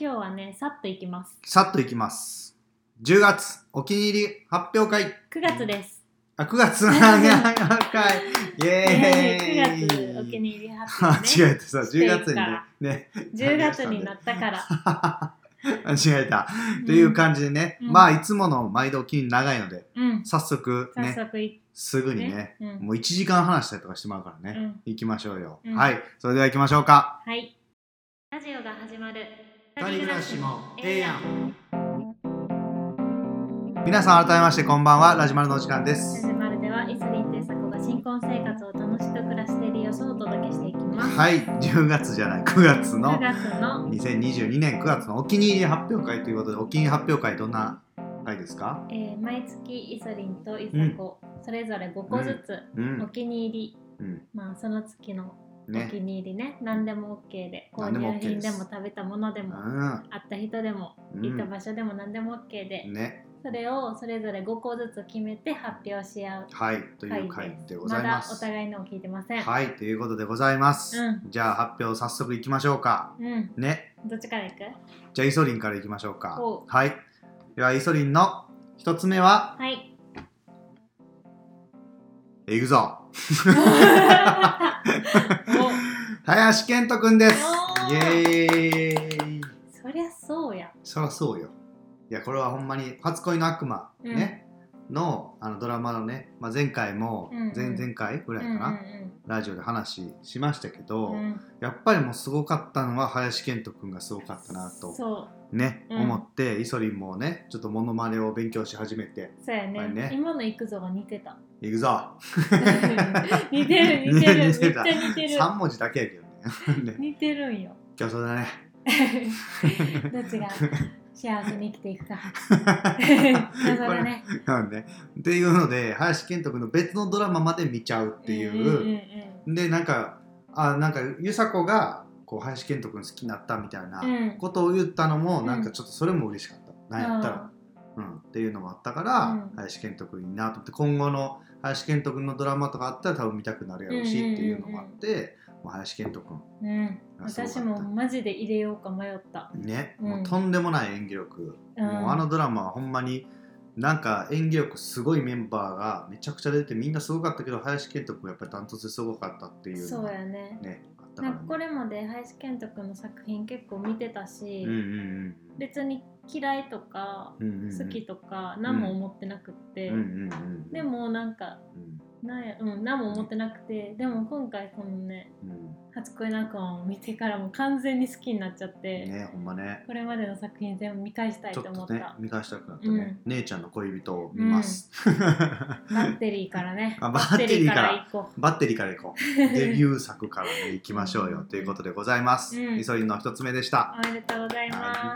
今日はね、さっといきます。 さっといきます。10月お気に入り発表会。 9月です。 9月発表会。イエーイ。 9月お気に入り発表ね。 間違えてさ、10月にね。 10月になったから。 間違えた。という感じでね、まあいつもの毎度お気に入り長いので、早速ね、すぐにね、もう1時間話したりとかしてもらうからね、行きましょうよ。はい、それでは行きましょうか。 はい。ラジオが始まる。 二人暮らしもええやん。皆さん改めましてこんばんは。ラジマルのお時間です。 ラジマルではイソリンとイサコが新婚生活を楽しく暮らしている様子をお届けしていきます。 はい、10月じゃない9月の2022年9月のお気に入り発表会ということで、お気に入り発表会どんな会ですか？ 毎月イソリンとイサコ、それぞれ5個ずつ、お気に入り、まあその月のお気に入りね、何でも OK で、購入品でも食べたものでも、会った人でも、行った場所でも何でも OK で、それをそれぞれ5個ずつ決めて発表し合うという回でございます。 まだお互いのを聞いてません。 はい、ということでございます。じゃあ発表早速いきましょうか。ね。 どっちからいく？ じゃあイソリンからいきましょうか。はい。ではイソリンの1つ目は、いくぞ。林健人くんです。イエーイ。 そりゃそうや。 そりゃそうよ。いや、これはほんまに初恋の悪魔ね、のドラマのね、前回も前々回ぐらいかな、ラジオで話しましたけど、やっぱりもうすごかったのは林健人くんがすごかったなとね、思って、イソリンもねちょっとモノマネを勉強し始めて。 そうやね。今のいくぞが似てた。 いくぞ。 似てるめっちゃ似てる。 3文字だけやけどね。 似てるんよ。 競争だね。 どっちが幸せに生きていくか。そうだね。 っていうので、林健人君の別のドラマまで見ちゃうっていう。で、なんかゆさこがこう林健人君好きになったみたいなことを言ったのも、なんかちょっとそれも嬉しかった。なんやったら。っていうのもあったから、林健人君いいなと思って、今後の林健人君のドラマとかあったら多分見たくなるやろうしっていうのもあって、林健人君。 私もマジで入れようか迷ったね、もうとんでもない演技力、もうドラマはほんまになんか演技力すごいメンバーがめちゃくちゃ出て、みんなすごかったけど林遣都君やっぱりダントツですごかったっていうのがそうやね。 あったからね。 これまで林遣都君の作品結構見てたし、別に嫌いとか好きとか何も思ってなくって、でもなんか何も思ってなくて、でも今回このね、初恋の悪魔を見てからも完全に好きになっちゃって、 ね、ほんまね、 これまでの作品全部見返したいと思った。ちょっとね、 見返したくなったね。姉ちゃんの恋人を見ます。 バッテリーからね。 バッテリーから行こう。デビュー作からね行きましょうよということでございます。イソリンの一つ目でした。 おめでとうございます。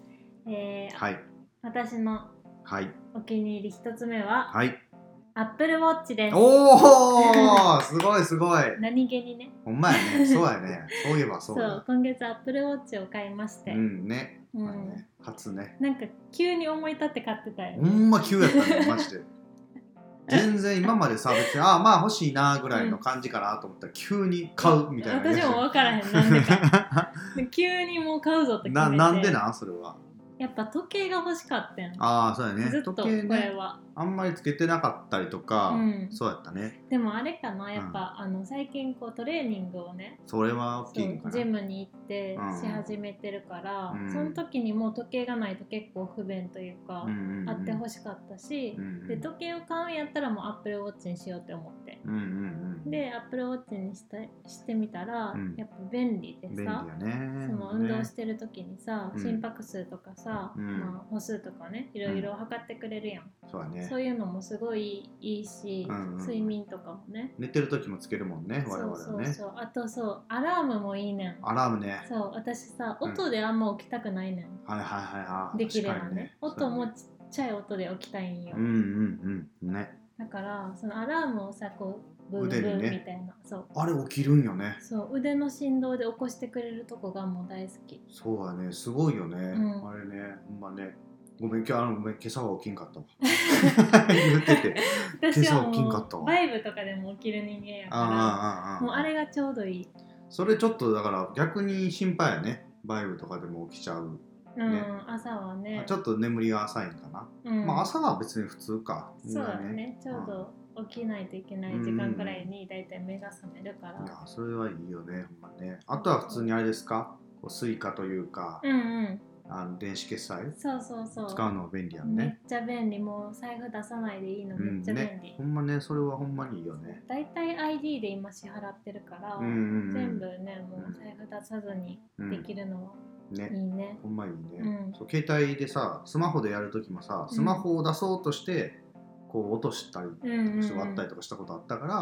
私のお気に入り一つ目は、アップルウォッチです。 おお、すごいすごい。 何気にね。 ほんまやね。そうやね。そういえばそうだ。 そう、今月アップルウォッチを買いまして。 ね。初ね。 なんか急に思い立って買ってたよ。 ほんま急やったね、マジで。全然今までさ、別にまあ欲しいなぐらいの感じかなと思ったら急に買うみたいな。 私も分からへん、なんでか。急にもう買うぞって決めて。 なんでそれは。 やっぱ時計が欲しかったん。 そうやね。 ずっとこれはあんまりつけてなかったりとか、そうやったね。 でもあれかな、やっぱ最近こうトレーニングをね、 それは大きいのかな。 ジムに行ってし始めてるから、その時にもう時計がないと結構不便というか、あって欲しかったし、で時計を買うんやったらもうアップルウォッチにしようって思って、でアップルウォッチにしてみたら、やっぱ便利でさ、その運動してる時にさ、心拍数とかさ、歩数とかね、いろいろ測ってくれるやん。そういうのもすごいいいし、睡眠とかもね、 寝てる時もつけるもんね、我々はね。 あとアラームもいいねん。 アラームね。 そう、私さ、音であんま起きたくないねん。できればね、音もちっちゃい音で起きたいんよ。 ね。 だからそのアラームをさ、こうブーブーみたいな、そう、 あれ起きるんよね。 そう、腕の振動で起こしてくれるとこがもう大好き。 そうだね、すごいよね、あれね、ほんまね。ごめん、今朝は起きんかったわ。言ってて、今朝起きんかったわ。 バイブとかでも起きる人間やから、もうあれがちょうどいい。 それちょっとだから逆に心配やね。 バイブとかでも起きちゃう、 朝はねちょっと眠りが浅いんかな、朝は別に普通か。 そうだね、ちょうど起きないといけない時間くらいにだいたい目が覚めるから、 いやそれはいいよね、ほんまね。あとは普通にあれですか、スイカというか、電子決済そう使うのは便利やんね。 めっちゃ便利、もう財布出さないでいいのめっちゃ便利、 ほんまね、それはほんまにいいよね。 だいたい ID で今支払ってるから、全部ねもう財布出さずにできるのはいいね、 ほんまいいね、そう携帯でさ、スマホでやるときもさ、スマホを出そうとしてこう落としたりとかして割ったりとかしたことあったから、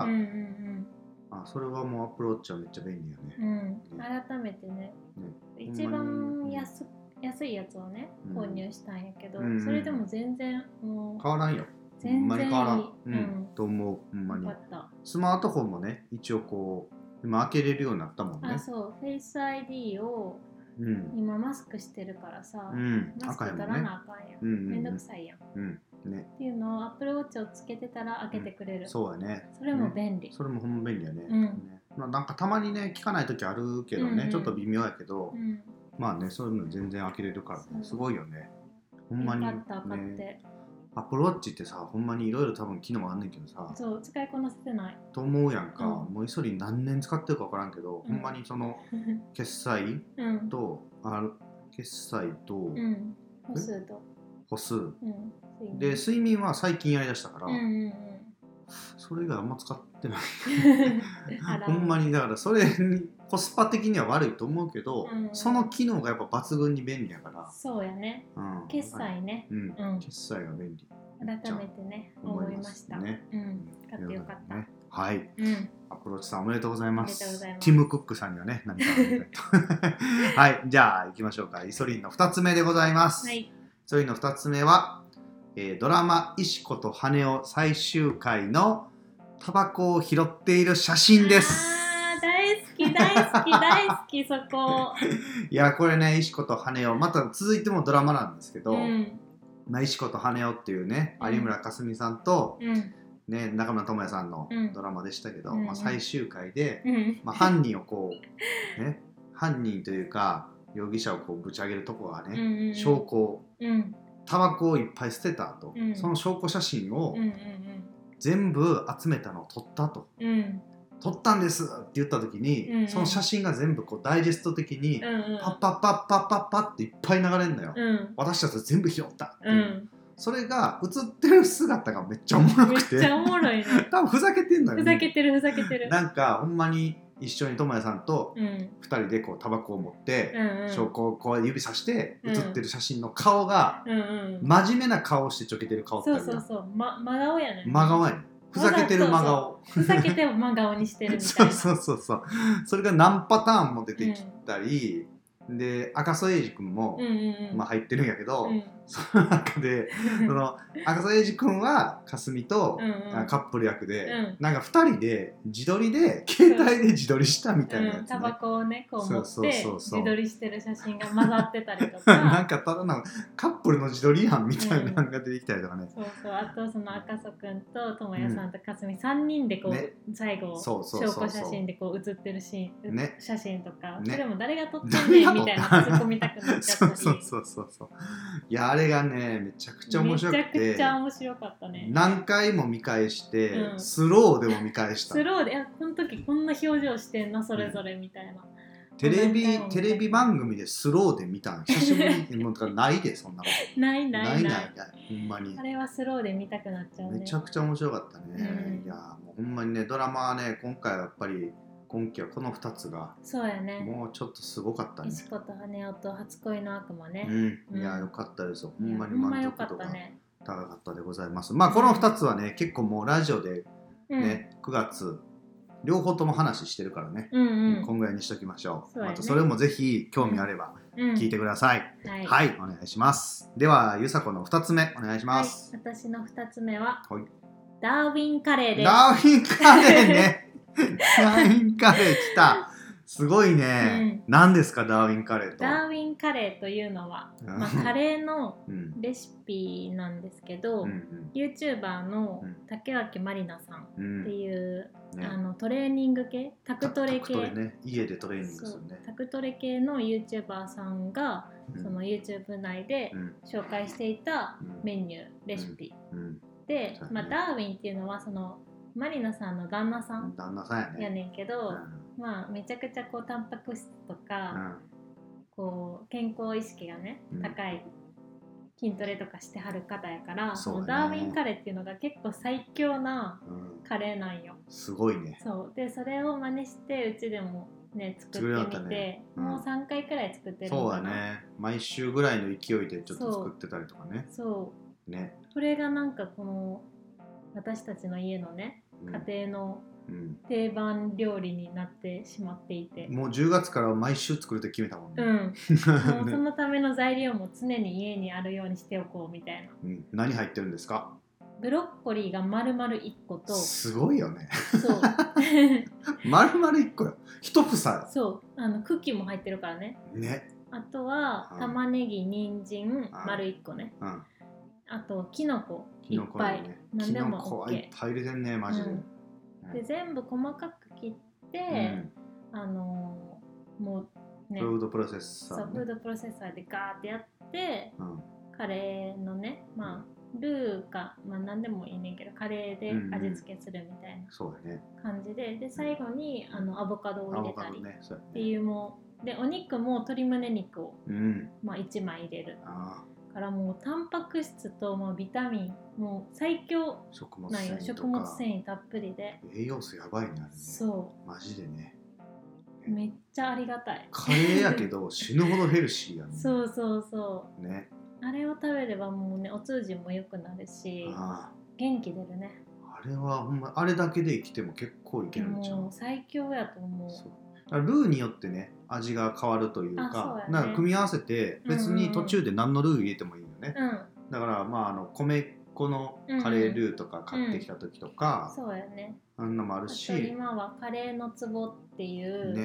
それはもうApple Watchはめっちゃ便利やね。 改めてね、一番安いやつをね購入したんやけど、それでも全然もう変わらんよ。 全然いい、 変わらん、と思う。ほんまにスマートフォンもね一応こう今開けれるようになったもんね。 そうフェイス ID を今マスクしてるからさ、マスク取らなあかんやん、めんどくさいやん、っていうのを Apple Watch をつけてたら開けてくれる、 そうやね、 それも便利、 それもほんま便利やね、なんかたまにね聞かない時あるけどね、ちょっと微妙やけど、まあね、そういうの全然開けれるからね、すごいよね。ほんまにね。Apple Watch ってさ、ほんまにいろいろ多分機能あんねんけどさ、 そう使いこなせてないと思うやんか、もうイソリン何年使ってるか分からんけど、ほんまにその決済と、決済と、歩数、で睡眠は最近やりだしたから、それ以外あんま使ってないほんまに。だからそれにコスパ的には悪いと思うけど、その機能がやっぱ抜群に便利やから。 そうやね、決済ね、 決済が便利、 改めてね思いましたね。買ってよかった。 はい、アプローチさんおめでとうございます。ティム・クックさんにはね何かありたいとはい、じゃあ行きましょうか。イソリンの2つ目でございます。イソリンの2つ目は、ドラマ石子と羽男最終回のタバコを拾っている写真です。 大好き大好き大好きそこいやこれね、石子と羽男また続いてもドラマなんですけど、石子と羽男っていうね、有村架純さんと、中村倫也さんのドラマでしたけど、最終回で、犯人をこうね、犯人というか容疑者をこうぶち上げるとこがね、証拠を、タバコをいっぱい捨てた後、その証拠写真を全部集めたのを撮ったと、撮ったんですって言った時に、その写真が全部こうダイジェスト的にパッパッパッパッパッパッっていっぱい流れるのよ、私たち全部拾ったっていう、それが映ってる姿がめっちゃおもろくて、 めっちゃおもろいね多分ふざけてんのよね。 ふざけてるふざけてる。 なんかほんまに一緒に智也さんと2人でこうタバコを持って証拠をこう指さして写ってる写真の顔が真面目な顔してちょけてる顔ってあるやん。 そうそうそう、真顔やね。 真顔やねん。ふざけてる真顔。 ふざけても真顔にしてるみたいな。 そうそうそう。それが何パターンも出てきたり、で赤楚衛二君も入ってるんやけど、その中でその赤楚衛二君はかすみとカップル役で、なんか2人で自撮りで携帯で自撮りしたみたいなやつね。 タバコをねこう持って自撮りしてる写真が混ざってたりとかなんかただのカップルの自撮りやんみたいなのが出てきたりとかね。 そうそう、あとその赤楚君と智也さんとかすみ3人でこう最後証拠写真でこう写ってるシーン写真とか、それも誰が撮ってんねんみたいな突っ込みたくなっちゃったり。そういやあれがねめちゃくちゃ面白くて、 めちゃくちゃ面白かったね。 何回も見返して、スローでも見返した。 スローで、この時こんな表情してんなそれぞれみたいな。 テレビ番組でスローで見たの久しぶりにもうないでそんなこと。 ないほんまに。 あれはスローで見たくなっちゃうね。 めちゃくちゃ面白かったね。いやもうほんまにねドラマはね今回はやっぱり今期はこの2つがそうやね、 もうちょっとすごかったね。 石子と羽男と初恋の悪魔ね。 いやよかったですよ。ほんまに満足度が高かったでございます。まあこの2つはね結構もうラジオでね、9月両方とも話してるからね、こんぐらいにしときましょう。あとそれもぜひ興味あれば聞いてください。はい、お願いします。ではゆさこの2つ目お願いします。 私の2つ目はダーウィンカレーです。 ダーウィンカレーねダーウィンカレー来た。 すごいね、何ですかダーウィンカレーと。 ダーウィンカレーというのは、カレーのレシピなんですけど、YouTuber の竹脇まりなさんっていう、トレーニング系タクトレ系、 家でトレーニングするね、 タクトレ系の YouTuber さんが、その YouTube 内で紹介していたメニュー、レシピ、で、ダーウィンっていうのはそのマリナさんの旦那さんやねんけど、めちゃくちゃこうタンパク質とか、こう健康意識がね高い筋トレとかしてはる方やから、そのダーウィンカレーっていうのが結構最強なカレーなんよ。 すごいね。 そうで、それを真似してうちでもね作ってみて、もう3回くらい作ってるのかな。そうだね、 毎週ぐらいの勢いでちょっと作ってたりとかね。 そうね、これがなんかこの私たちの家のね家庭の定番料理になってしまっていて、 もう10月から毎週作るって決めたもんね。 もうそのための材料も常に家にあるようにしておこうみたいな。 何入ってるんですか？ ブロッコリーが丸々1個と、 すごいよね。 そう丸々1個よ、1房。 そう、茎も入ってるからね。あとは玉ねぎ、人参丸1個ね。あとキノコいっぱい、何でも OK。 キノコはいっぱい入れてんね、マジで。で全部細かく切って、もうね、 フードプロセッサー、 そう、フードプロセッサーでガーってやって、カレーのね、ルーか、何でもいいねんけどカレーで味付けするみたいな感じで、で最後にアボカドを入れたりっていう、もうでお肉も鶏胸肉を、1枚入れるからもうタンパク質とビタミンもう最強なんよ。食物繊維たっぷりで栄養素やばいね。 そうマジでね、 めっちゃありがたい。 カレーやけど死ぬほどヘルシーやね。 そうね、あれを食べればもうねお通じも良くなるし、元気出るね。 あれはほんまあれだけで生きても結構いけるんちゃう？もう最強やと思う。 ルーによってね味が変わるというか、なんか組み合わせて別に途中で何のルー入れてもいいよね。だから米粉のカレールーとか買ってきた時とか、 そうやね、 あんなもあるし、 今はカレーの壺っていう、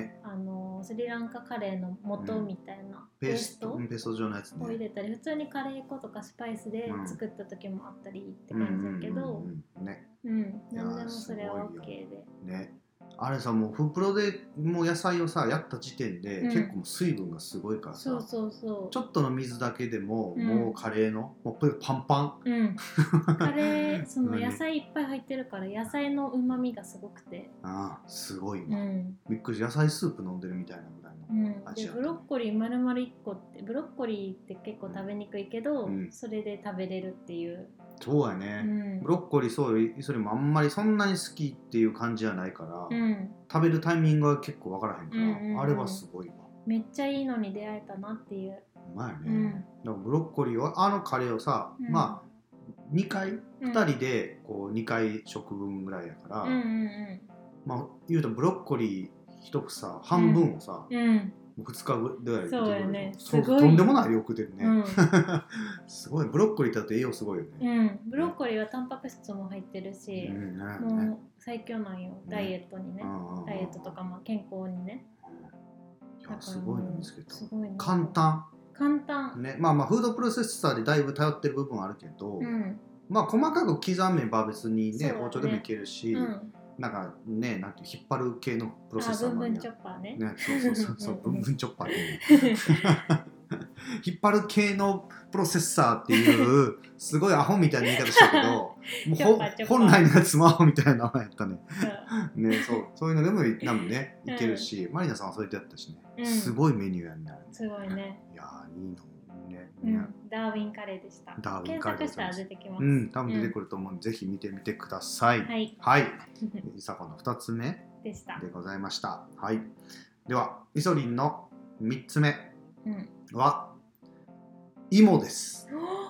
スリランカカレーの素みたいな、ペースト状のやつねを入れたり、普通にカレー粉とかスパイスで作った時もあったりって感じだけど、何でもそれは OK でね。あれさ、もうフープロでもう野菜をさやった時点で、結構水分がすごいからさ、ちょっとの水だけでも、もうカレーのもうパンパン、 カレーその野菜いっぱい入ってるから野菜の旨味がすごくて、 すごいね、びっくりした。野菜スープ飲んでるみたいなぐらいの味でブロッコリー丸々1個って、ブロッコリーって結構食べにくいけど、それで食べれるっていう。 そうやね、ブロッコリーそれもあんまりそんなに好きっていう感じじゃないから、食べるタイミングは結構分からへんから、あれはすごいわ。 めっちゃいいのに出会えたなっていう。 うまいね、だからブロッコリーはカレーをさ、2回2人でこう2回食分ぐらいやから、言うとブロッコリー1房半分をさ、2日ぐらいそうやね、 とんでもない量食ってるね、すごい。ブロッコリーだと栄養すごいよね、 ブロッコリーはタンパク質も入ってるし、もう最強なんよ、ダイエットにね、ダイエットとか健康にね。 すごいんですけど、 簡単ね。フードプロセッサーでだいぶ頼ってる部分はあるけど、細かく刻めば別にね包丁でもいけるし、なんかね、なんて引っ張る系のプロセッサーもあるやん。 ブンブンチョッパーね。 そうブンブンチョッパーって引っ張る系のプロセッサーっていうすごいアホみたいな言い方したけど、もう本来のやつもアホみたいな名前やったね。そういうのでもねいけるし、マリナさんはそうやってやったしね。すごいメニューやんね。すごいね。 いやいいの。 ダーウィンカレーでした。 ダーウィンカレー検索したら出てきます。 多分出てくると思うので、ぜひ見てみてください。はい。いさこの2つ目でございました。はい。ではイソリンの3つ目は芋です。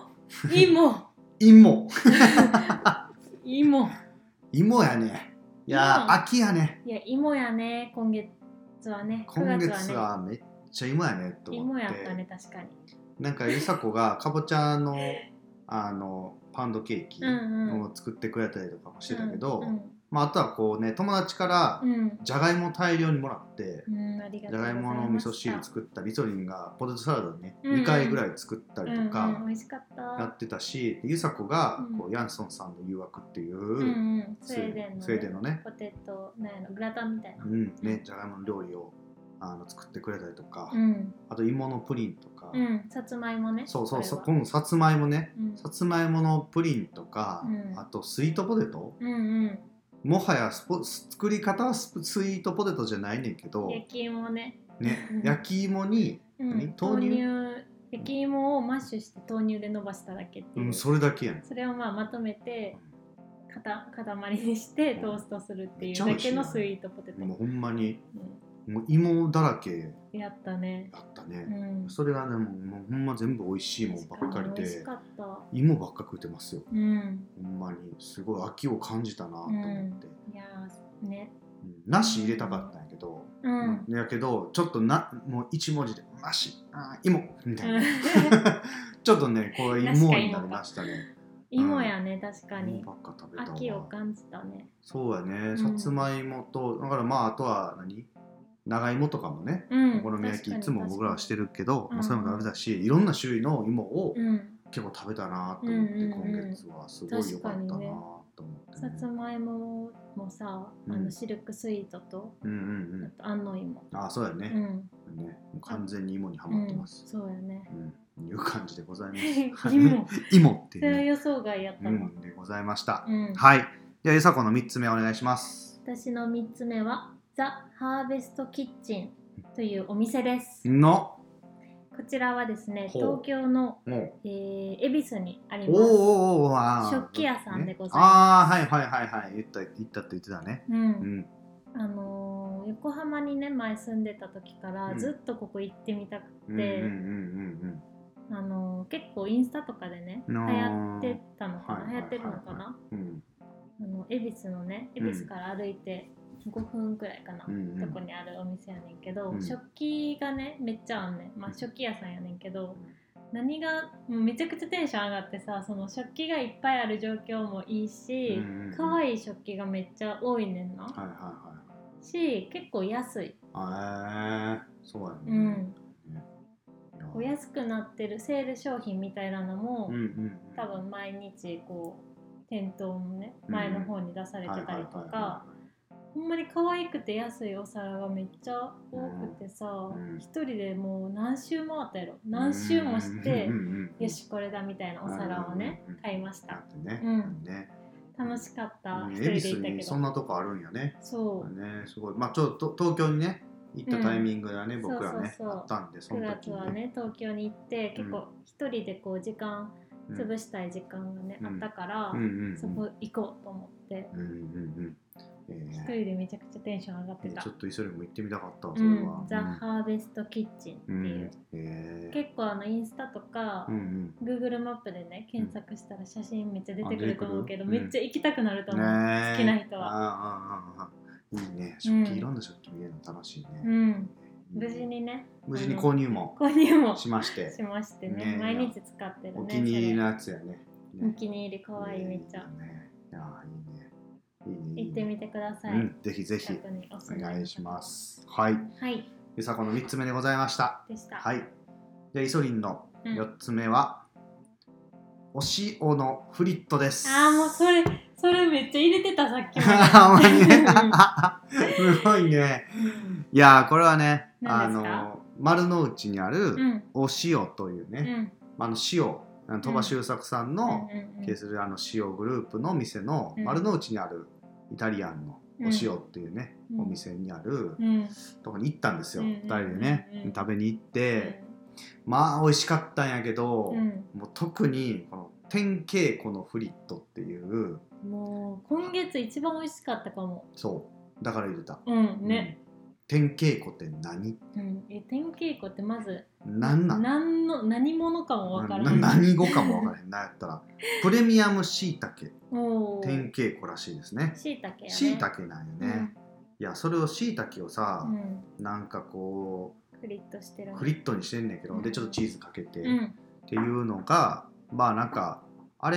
芋やね。いや秋やね。 いや芋やね。今月はね。 今月はめっちゃ芋やねと思って。 芋やったね、確かに。 なんかゆさこがかぼちゃのパウンドケーキを作ってくれたりとかもしてたけど、 あとはこうね友達からじゃがいも大量にもらって、じゃがいもの味噌汁作ったり、イソリンがポテトサラダをね、2回ぐらい作ったりとかやってたし、ゆさこがこうヤンソンさんの誘惑っていう、 スウェーデンのねポテトグラタンみたいな、 ね、じゃがいもの料理を作ってくれたりとか、あと芋のプリンとか、 さつまいもね、 そう今度さつまいもね、さつまいものプリンとか、あとスイートポテト、もはや作り方はスイートポテトじゃないねんけど、 焼き芋ね焼き芋に、 豆乳、焼き芋をマッシュして豆乳で伸ばしただけっていう、 それだけやん。 それをまとめて塊にしてトーストするっていうだけのスイートポテト。 もうほんまに、もう芋だらけやったね、 それがねもうほんま全部美味しいもんばっかりで、 美味しかった。 芋ばっか食ってますよ、ほんまにすごい秋を感じたなと思って、 いやね、 梨入れたかったんやけど、やけどちょっともう一文字で梨芋みたいなちょっとねこれ芋になりましたね。 芋やね、確かに芋ばっか食べたわ。 秋を感じたね。 そうやね、さつまいもと、だからあとは長芋とかもね、お好み焼きいつも僕らはしてるけど、それも食べたし、いろんな種類の芋を結構食べたなと思って、今月はすごい良かったなと思って、 さつまいももさ、シルクスイートと、あと安納芋。 そうやね、完全に芋にはまってます。 そうやね、 いう感じでございます。 芋ってそれは予想外やったのでございました。はい。ではゆさこの3つ目お願いします。 私の3つ目はザ・ハーベストキッチンというお店です。 こちらはですね、東京の恵比寿にあります食器屋さんでございます。 言ったって言ってたね。 横浜にね前住んでた時からずっとここ行ってみたくて、結構インスタとかでね流行ってたのかな、流行ってるのかな。恵比寿のね、恵比寿から歩いて5分くらいかな、とこにあるお店やねんけど、食器がねめっちゃあんねん。食器屋さんやねんけど、何がもうめちゃくちゃテンション上がってさ、その食器がいっぱいある状況もいいし、可愛い食器がめっちゃ多いねんな。し、結構安い。 そうやね。 安くなってるセール商品みたいなのも、多分毎日こう店頭のね前の方に出されてたりとか、ほんまに可愛くて安いお皿がめっちゃ多くてさ、一人でもう何周回ったやろ、何周もしてよしこれだみたいなお皿をね買いました。楽しかった。一人で行ったけどそんなとこあるんやね。 そうね、すごい。ちょっと東京にね行ったタイミングがね、僕らねあったんで、 その時9月はね東京に行って結構一人でこう時間潰したい時間がねあったから、そこ行こうと思って一人でめちゃくちゃテンション上がってた。 ちょっと一人も行ってみたかったわ、それは。 ザ・ハーベストキッチンっていう、結構インスタとか Google マップでね検索したら写真めっちゃ出てくると思うけど、めっちゃ行きたくなると思う、好きな人は。 いいね、食器、いろんな食器見えるの楽しいね。 無事にね、 購入もしましてね、毎日使ってるね。 お気に入りのやつやね。 お気に入り、かわいい、めっちゃ。行ってみてください。 ぜひぜひお願いします。はい。ゆさこの3つ目でございました。はい。でイソリンの4つ目はお塩のフリットです。 もうそれめっちゃ入れてた、さっきすごいね。いやこれはね、丸の内にあるお塩というね、塩鳥羽周作さんの経営する塩グループの店の丸の内にあるイタリアンのお塩っていうね、お店にあるとこに行ったんですよ、2人でね、食べに行って、美味しかったんやけど、もう特にこの天稽古のフリットっていう、 もう今月一番美味しかったかも。 そうだから入れた。 ね。 天稽古って何？ 天稽古ってまず何者かも分からない。 何語かも分からへん。なんやったらプレミアムしいたけ天稽古らしいですね。 しいたけやね。 しいたけなんよね。いやそれをしいたけをさ、なんかこうクリッとしてる、 クリットにしてんねんけど、でちょっとチーズかけてっていうのがなんかあれ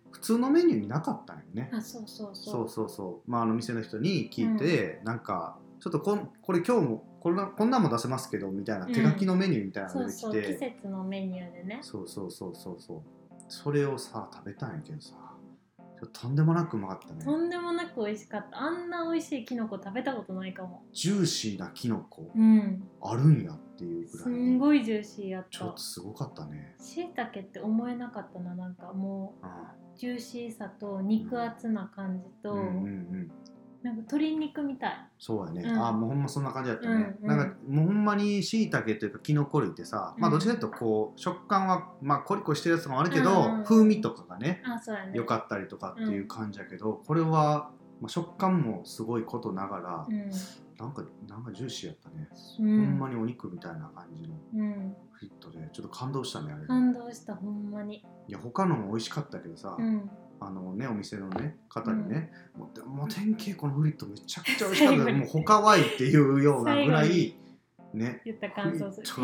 普通のメニューになかったんよね。 そう店の人に聞いて、なんかちょっとこれ今日もこんなんも出せますけどみたいな手書きのメニューみたいなのが出てきて、 季節のメニューでね。 それをさ食べたんやけどさ、とんでもなくうまかったね。 とんでもなく美味しかった。あんな美味しいキノコ食べたことないかも。 ジューシーなキノコ、あるんやっていうぐらい、 すんごいジューシーやった。 ちょっとすごかったね。 しいたけって思えなかったな。なんかもう、ジューシーさと肉厚な感じと、なんか鶏肉みたい。 そうやね、もうほんまそんな感じだったね、なんかもうほんまにしいたけというかキノコ類ってさ、どっちかというとこう食感はコリコリしてるやつもあるけど、風味とかがね良かったりとかっていう感じやけど、これは、食感もすごいことながら、なんかジューシーやったね、ほんまにお肉みたいな感じのフリットでちょっと感動したね、あれ。 感動した、ほんまに。 いや他のも美味しかったけどさ、お店のね方にね、もう典型このフリットめちゃくちゃ美味しかった、もう他はいっていうようなぐらいね、 言った感想する。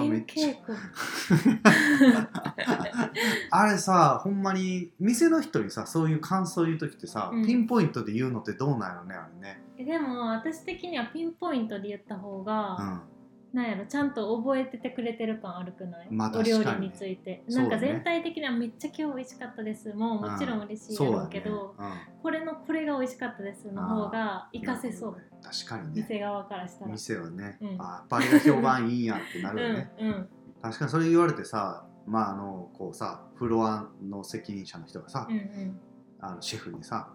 あれさ、ほんまに店の人にさそういう感想言う時ってさ、ピンポイントで言うのってどうなんやろね、あれね。 でも私的にはピンポイントで言った方が、なんやろ、ちゃんと覚えててくれてる感あるくない？お料理について、なんか全体的にはめっちゃ今日美味しかったですももちろん嬉しいやろうけど、これが美味しかったですの方が活かせそう。 確かにね、 店側からしたら。 店はね、やっぱりが評判いいんやってなるよね。確かにそれ言われてさ、こうさ、フロアの責任者の人がさ、シェフにさ、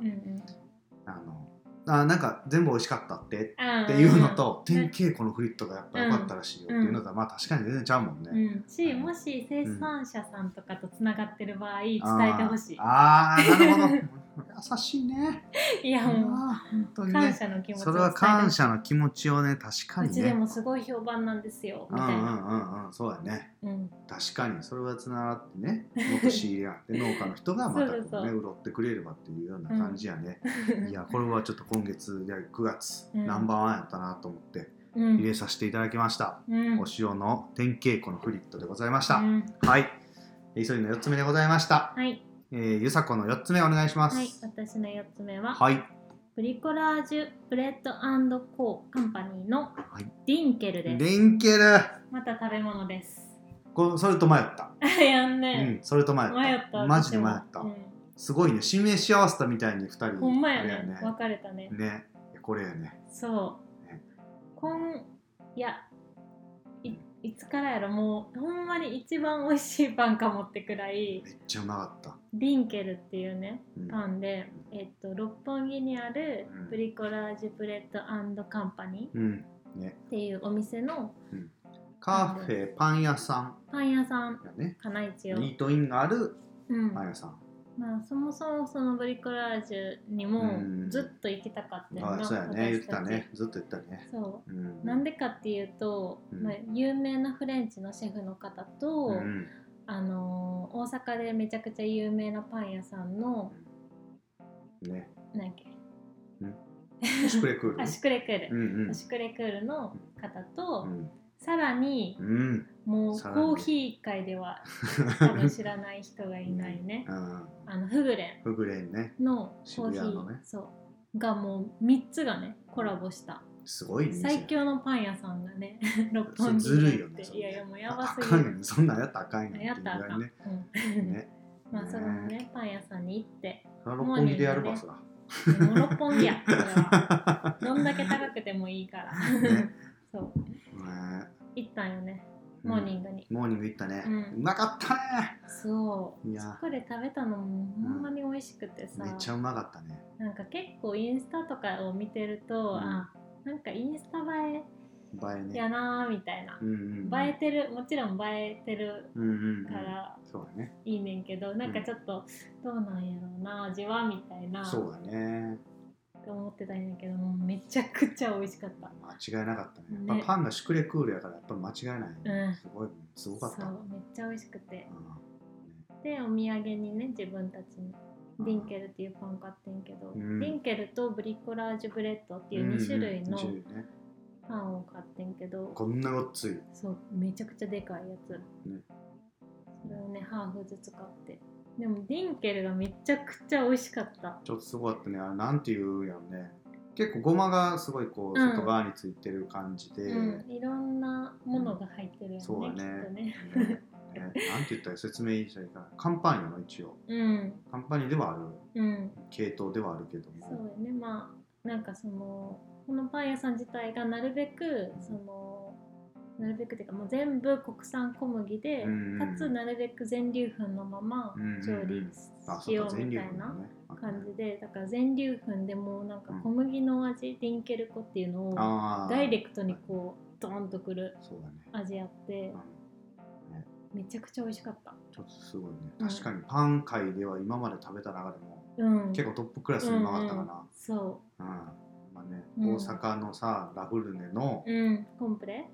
なんか全部美味しかったっていうのと、典型このフリットがやっぱ良かったらしいよっていうのと、確かに全然ちゃうもんね。 もし生産者さんとかとつながってる場合伝えてほしい。 なるほど優しいね。 いやもう本当にね、感謝の気持ちを伝えてほしい。それは感謝の気持ちをね、確かにね、 うちでもすごい評判なんですよみたいな。 そうやね、確かにそれはつながってね、もっと仕入れがあって農家の人がまたこうね潤ってくれればっていうような感じやね。いやこれはちょっと今月で9月ナンバーワンやったなと思って入れさせていただきました。お塩の典型このフリットでございました。はい、急ぎの4つ目でございました。ゆさこの4つ目お願いします。 はい、私の4つ目は、ブリコラージュブレッド&コーカンパニーのディンケルです。 ディンケル、 また食べ物です。 それと迷った。 やんね、 それと迷った。マジで迷った。すごいね、指名し合わせたみたいに2人ほんまやね、別れたね。 これやね。 そういつからやろ、もうほんまに一番美味しいパンかもってくらいめっちゃうまかった。 ディンケルっていうね、パンで、六本木にあるブリコラージュブレッド&カンパニーっていうお店のカフェパン屋さんかな、一応イートインがあるパン屋さん。 そもそもそのブリコラージュにもずっと行きたかったよな。 そうやね、言ってたね、ずっと言ったね。 そう、なんでかっていうと、有名なフレンチのシェフの方と、大阪でめちゃくちゃ有名なパン屋さんの何やっけ、 シュクレクールシュクレクールの方と、さらに、もうコーヒー界では多分知らない人がいないね。フグレンのコーヒー、そうがもう3つがねコラボしたすごいね、 最強のパン屋さんがね六本木ずるいよね。 いやもうやばすぎる。 そんなんやったらあかんよね。 やったらあかん。そのねパン屋さんに行って六本木でやるばそら。 もう六本木や。どんだけ高くてもいいから。そう行ったんよね。モーニング行ったね。うまかったね。 そう。そこで食べたのもほんまに美味しくてさ。 めっちゃうまかったね。 なんか結構インスタとかを見てると、なんかインスタ映えやなーみたいな。映えてる、もちろん映えてるからいいねんけど、なんかちょっとどうなんやろうな味はみたいな。 そうだね。 と思ってたんやけど、めちゃくちゃ美味しかった。 間違いなかったね。やっぱパンがシュクレクールやからやっぱ間違いない。すごかった。 そう、めっちゃ美味しくて。で、お土産にね、自分たちにディンケルっていうパン買ってんけど、ディンケルとブリコラージュブレッドっていう2種類のパンを買ってんけど、 こんなごっつい。 そう、めちゃくちゃでかいやつ。それをね、ハーフずつ買って。 でもディンケルがめちゃくちゃ美味しかった。 ちょっとすごかったね。なんていうやんね。結構ごまがすごいこう外側についてる感じで、 いろんなものが入ってるよね。 そうだね。 きっとね。 なんて言ったら説明したらいいかな。カンパーニャの一応。カンパーニャではある。系統ではあるけども。 そうよね。まあなんかこのパン屋さん自体がなるべくなるべくっていうかもう全部国産小麦で、かつなるべく全粒粉のまま調理しようみたいな感じで、だから全粒粉でもなんか小麦の味、ディンケル粉っていうのをダイレクトにこうドーンとくる味あって、めちゃくちゃ美味しかった。 ちょっとすごいね。確かにパン界では今まで食べた中でも、結構トップクラスにうまかったかな。 そう。 大阪のさラフルネの、 コンプレ、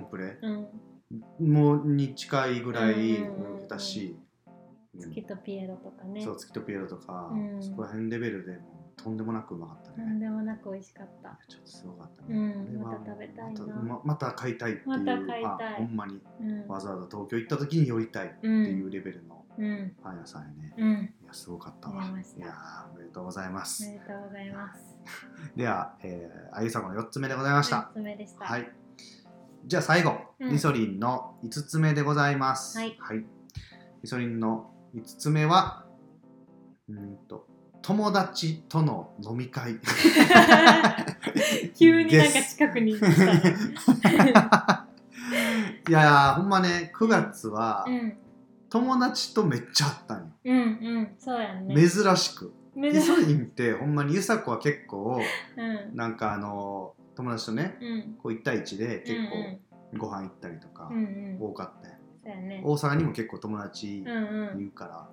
もうに近いぐらいだし、 月とピエロとかね。 そう、月とピエロとか、そこら辺レベルでもとんでもなくうまかったね。 とんでもなく美味しかった。 ちょっとすごかったね。 また食べたいな。 また買いたいっていう、 また買いたい。 ほんまに、わざわざ東京行った時に寄りたいっていうレベルのパン屋さんやね。いやすごかったわ。いやおめでとうございます。 おめでとうございます。 では、あゆさこの4つ目でございました。 4つ目でした。 はい。じゃあ最後、みそりんの5つ目でございます。はい。みそりんの5つ目は、友達との飲み会。 急になんか近くに来た。 いやほんまね、9月は、友達とめっちゃあったんよ。 そうやね。 珍しく。みそりんってほんまにゆさこは結構、なんか友達とね、こう1対1で結構ご飯行ったりとか多かったよ。大阪にも結構友達いるから、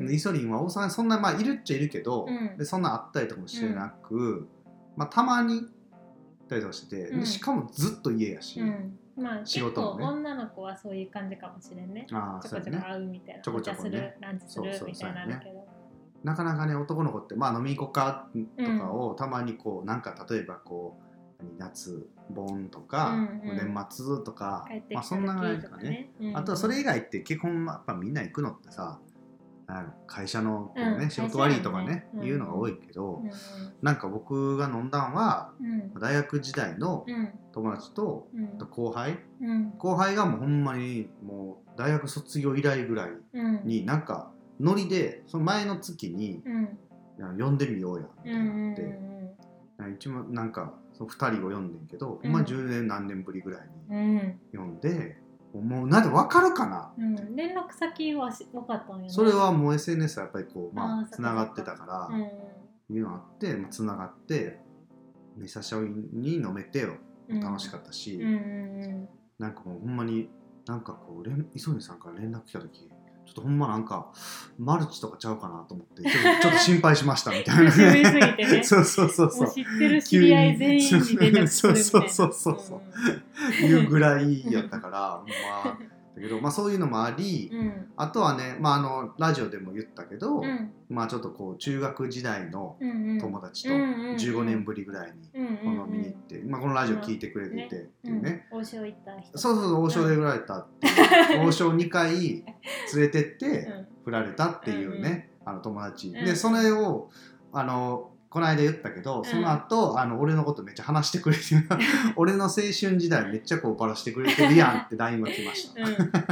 イソリンは大阪にそんな、いるっちゃいるけど、でそんな会ったりとかもしてなく、たまに行ったりとかしてて、しかもずっと家やし、 仕事もね、女の子はそういう感じかもしれんね。ちょこちょこ会うみたいな、お茶する、ランチするみたいなのけど、 なかなかね、男の子って飲み行こうかとかをたまにこうなんか例えばこう夏盆とか、年末とか、そんなぐらいとかね。あとはそれ以外って基本やっぱみんな行くのってさ、会社のこう、仕事終わりとかね、いうのが多いけど、なんか僕が飲んだんは、大学時代の友達と後輩がもうほんまにもう大学卒業以来ぐらいになんかノリでその前の月に呼んでみようやみたいなのって一応なんかその2人を呼んでんけど、10年何年ぶりぐらいに呼んで、もうなんで分かるかなって、 連絡先は分かったんよね。 それはもう SNS はやっぱりこうつながってたから、いうのがあってつながって久しぶりに飲めて楽しかったし、なんかもうほんまになんかこう磯根さんから連絡来た時、ちょっとほんまなんかマルチとかちゃうかなと思ってちょっと心配しましたみたいな。 久しぶりすぎてね。 そう。 もう知ってる知り合い全員に連絡するみたいな。 そういうぐらいやったからだけど、そういうのもあり、あとはね、ラジオでも言ったけど、ちょっとこう中学時代の友達と15年ぶりぐらいに飲みに行って、このラジオ聞いてくれててっていうね。 王将行った人。 そう、王将で振られたっていう。王将2回連れてって振られたっていうね、友達。で、それを、この間言ったけど、その後、俺のことめっちゃ話してくれてる。俺の青春時代めっちゃこうバラしてくれてるやんって LINE が来ました。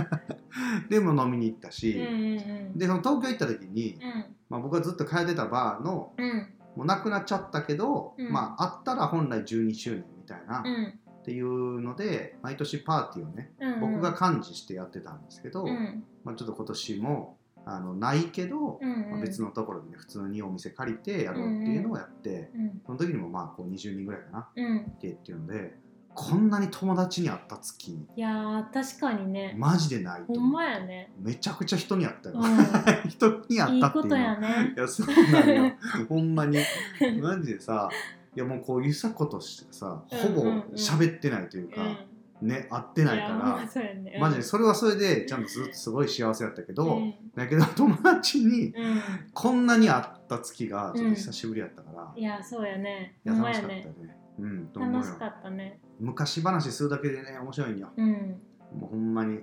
でも飲みに行ったし、でその東京行った時に、僕がずっと通ってたバーの、もうなくなっちゃったけど、あったら本来12周年みたいな、っていうので毎年パーティーをね、僕が幹事してやってたんですけど、ちょっと今年もないけど、別のところでね普通にお店借りてやろうっていうのをやって、その時にもこう20人ぐらいかな、っていうので、こんなに友達に会った月、 いや確かにね、 マジでないとほんまやね。 めちゃくちゃ人に会ったよ、人に会ったっていうの。いいことやね。 いやそうなのよほんまにマジでさ、いやもうこうゆさことしてさ、ほぼ喋ってないというか、ね、会ってないから、マジでそれはそれでちゃんとずっとすごい幸せだったけど、だけど友達にこんなに会った月がちょっと久しぶりやったから、 いやそうやね、 いや楽しかったよね。 楽しかったね。 昔話するだけでね面白いんよ。もうほんまに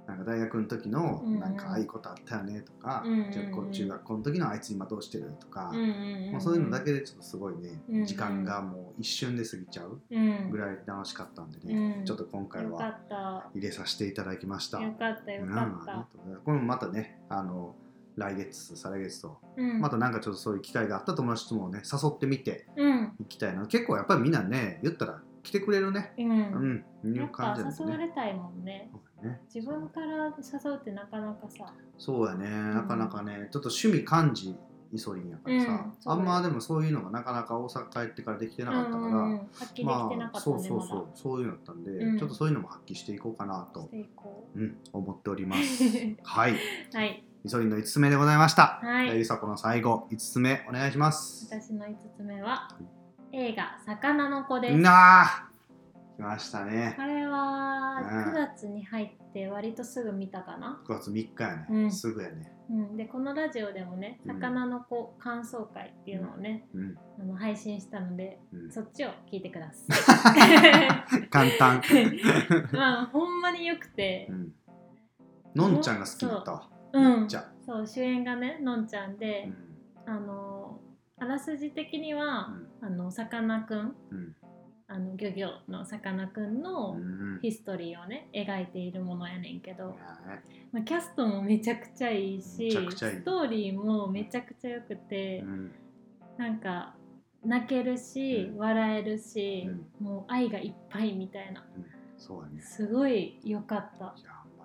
なんか大学の時のなんかああいうことあったよねとか、じゃあこう中学校の時のあいつ今どうしてるとか、もうそういうのだけでちょっとすごいね、時間がもう一瞬で過ぎちゃうぐらい楽しかったんでね、ちょっと今回は入れさせていただきました。 よかったよかった。 これもまたね来月再来月と、またなんかちょっとそういう機会があった友達ともね誘ってみていきたいな。結構やっぱりみんなね言ったら来てくれるね。 やっぱ誘われたいもんね。自分から誘うってなかなかさ。 そうやね、なかなかね、ちょっと趣味感じイソリンやからさ、あんまでもそういうのがなかなか大阪帰ってからできてなかったから、 発揮できてなかったね。 そういうのだったんで、ちょっとそういうのも発揮していこうかなと思っております。はい。イソリンの5つ目でございました。ゆさこの最後5つ目お願いします。 私の5つ目は映画魚の子です。 来ましたね。 これは9月に入って割とすぐ見たかな。 9月3日やね、すぐやね。 でこのラジオでもね、魚の子感想会っていうのをね、配信したので、そっちを聞いてください。 簡単。 まあほんまによくて、 のんちゃんが好きだったわ。 そう主演がねのんちゃんで、あらすじ的にはさかなクン、漁業のさかなクンのヒストリーをね描いているものやねんけど、キャストもめちゃくちゃいいし、ストーリーもめちゃくちゃよくて、なんか泣けるし、笑えるし、もう愛がいっぱいみたいな、すごい良かった。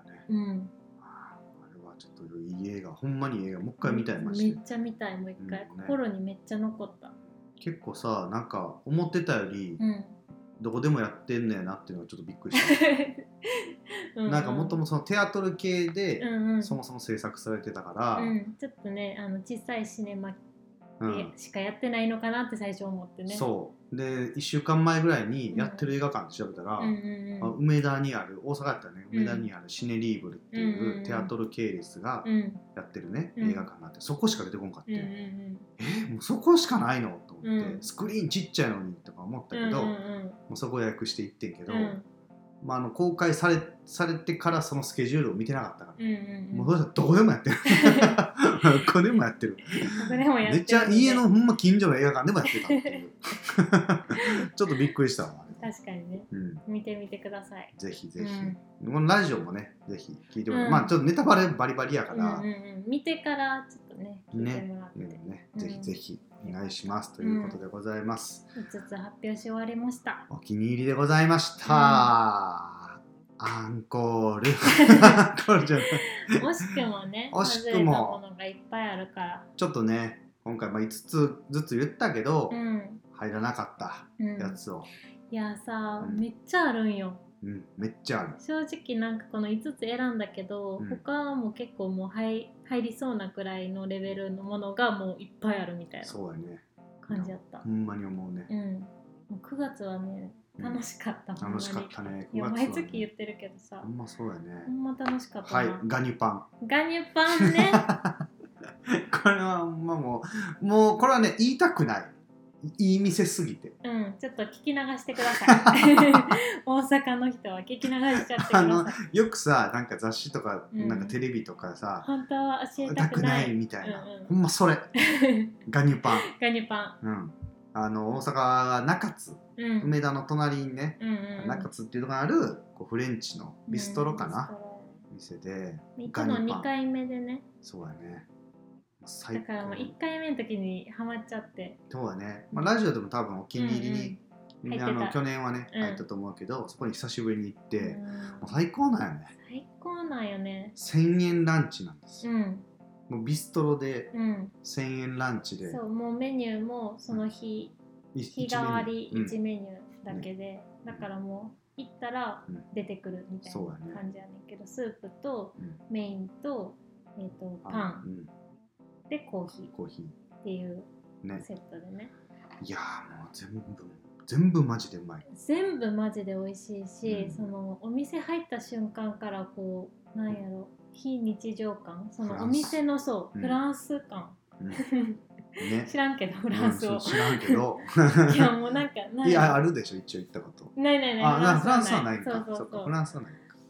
ちょっといい映画、ほんまにいい映画、もう一回見たいまして。 めっちゃ見たい、もう一回、心にめっちゃ残った。 結構さ、なんか思ってたより、どこでもやってんねやなっていうのがちょっとびっくりしたなんかもともとそのテアトル系でそもそも制作されてたから、 ちょっとね小さいシネマしかやってないのかなって最初思ってね。 そうで1週間前ぐらいにやってる映画館で調べたら、梅田にある、大阪やったらね、梅田にあるシネリーブルっていうテアトル系列がやってるね、映画館があって、そこしか出てこんかって、もうそこしかないのと思って、スクリーンちっちゃいのにとか思ったけど、もうそこ予約して行ってんけど、公開されてからそのスケジュールを見てなかったから、もうどこでもやってる。どこでもやってる。めっちゃ家のほんま近所の映画館でもやってたっていうちょっとびっくりしたわ。 確かにね、見てみてください。 ぜひぜひ、このラジオもねぜひ聞いてもらって、ちょっとネタバレバリバリやから、 見てからちょっとね聞いてもらって、 ぜひぜひお願いしますということでございます。 5つ発表し終わりました。 お気に入りでございました。アンコール。 惜しくもね、 惜しくもものがいっぱいあるから。 ちょっとね、今回5つずつ言ったけど、入らなかったやつを。 いやさ、めっちゃあるんよ。 めっちゃある。 正直なんかこの5つ選んだけど、他も結構もう入りそうなくらいのレベルのものがもういっぱいあるみたいな感じだった。 ほんまに思うね。 もう9月はね楽しかった。 楽しかったね。 いや毎月言ってるけどさ。 ほんまそうやね。 ほんま楽しかったな。 ガニュパン。 ガニュパンね。 これはもうこれはね言いたくない。いい店すぎて。 ちょっと聞き流してください。大阪の人は聞き流しちゃってください。よくさ、なんか雑誌とか、なんかテレビとかさ、 本当は教えたくないみたいな。ほんまそれ。ガニュパン。 ガニュパン。大阪は中津、梅田の隣にね、中津っていうのがあるフレンチのビストロかな、店で。 行くの2回目でね。 そうやね。 だからもう1回目の時にハマっちゃって。 そうだね、ラジオでも多分お気に入りに、去年はね入ったと思うけど、そこに久しぶりに行って、もう最高なんよね。 最高なんよね。 1000円ランチなんですよ。もうビストロで1000円ランチで、 そうもうメニューもその日替わり1メニューだけで、だからもう行ったら出てくるみたいな感じやねんけど、スープとメインとパンでコーヒーっていうセットでね。 いやもう全部マジでうまい。 全部マジで美味しいし、そのお店入った瞬間からこうなんやろ、非日常感、そのお店のフランス感、知らんけどフランスを知らんけどいやもうなんかいやあるでしょ、一応行ったこと。 ないフランスはないか。そうか、フランスはないか。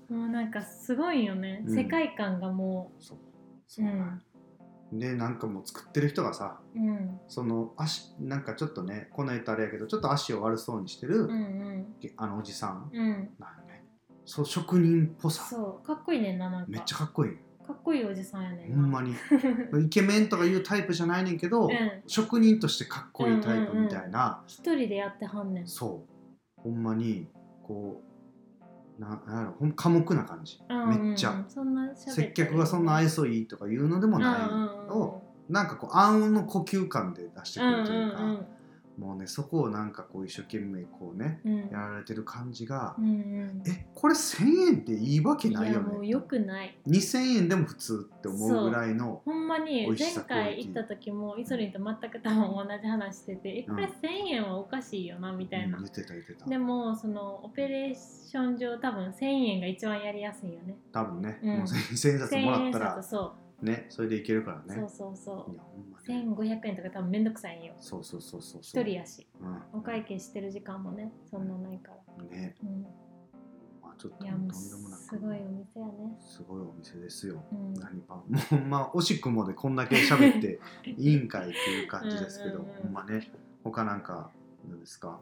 もうなんかすごいよね、世界観がもうそうでなんかもう作ってる人がさ、その足なんかちょっとねこの言ったあれやけどちょっと足を悪そうにしてる、おじさん、なんよね。そう職人っぽさ。 そうかっこいいねんな、なんかめっちゃかっこいい。 かっこいいおじさんやねんな。 ほんまにイケメンとかいうタイプじゃないねんけど、職人としてかっこいいタイプみたいな。 一人でやってはんねん。 そうほんまにこうなんやろ寡黙な感じ、めっちゃそんな接客がそんな愛想いいとかいうのでもないを、なんかこう暗雲の呼吸感で出してくるというか、もうねそこをなんかこう一生懸命こうね、やられてる感じが、これ1000円でいいわけないよね。いやもうよくない。2000円でも普通って思うぐらいのほんまに前回行った時もイソリンと全く多分同じ話してて、これ1000円はおかしいよなみたいな、 言ってたでもそのオペレーション上多分1000円が一番やりやすいよね。 多分ね、もう1000円札もらったらね、それでいけるからね。 そういやほんまね、1500円とか多分めんどくさいんよ。 そう一人やし、お会計してる時間もねそんなないからね。まあちょっととんでもなくすごいお店やね。すごいお店ですよ。何パンもうまあ惜しくもでこんだけ喋っていいんかいっていう感じですけど、ほんまね。他なんか何ですか？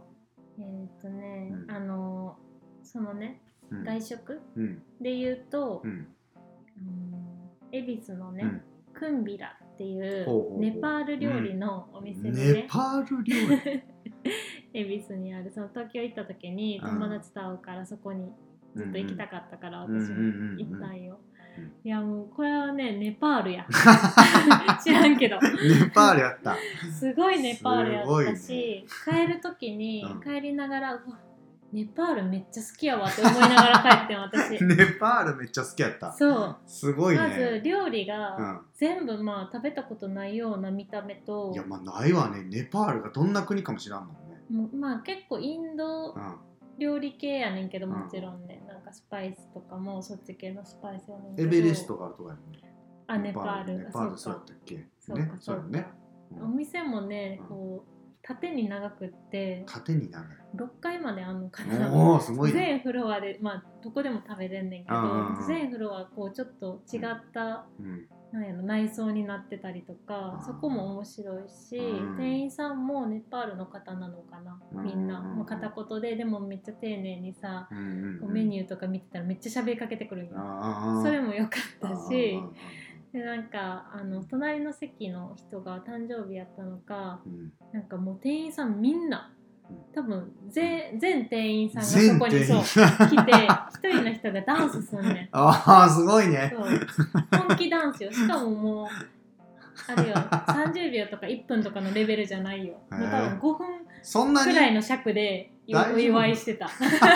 そのね、外食で言うと、恵比寿のね、クンビラっていうネパール料理のお店でね、 ネパール料理恵比寿にある、その東京行った時に友達と会うからそこにずっと行きたかったから私も行ったんよ。いやもうこれはねネパールや知らんけどネパールやった。 すごいネパールやったし、帰る時に帰りながら、うわネパールめっちゃ好きやわって思いながら帰ってん私ネパールめっちゃ好きやった。そうすごいね。 まず料理が全部まあ食べたことないような見た目と、 いやまあないわね。ネパールがどんな国かも知らんもんね。 まあ結構インド料理系やねんけど、もちろんね、なんかスパイスとかもそっち系のスパイスやねんけど。 エベレストがあるとかやもんね。 ネパールそうやったっけ。 そうだね。お店もねこう縦に長くって 6 階まであんのかな。 すごいね。 全フロアでまあどこでも食べれんねんけど、全フロアこうちょっと違ったなんやろ内装になってたりとか、そこも面白いし、店員さんもネパールの方なのかな、みんなもう片言でもめっちゃ丁寧にさ、メニューとか見てたらめっちゃ喋りかけてくるんよ。それも良かったし、でなんか隣の席の人が誕生日やったのか、なんかもう店員さんみんな多分全店員さんがそこにそう来て一人の人がダンスすんねん。 すごいね。 本気ダンスよ。しかももうあれよ30秒とか1分とかのレベルじゃないよ。もう多分5分くらいの尺でお祝いしてた。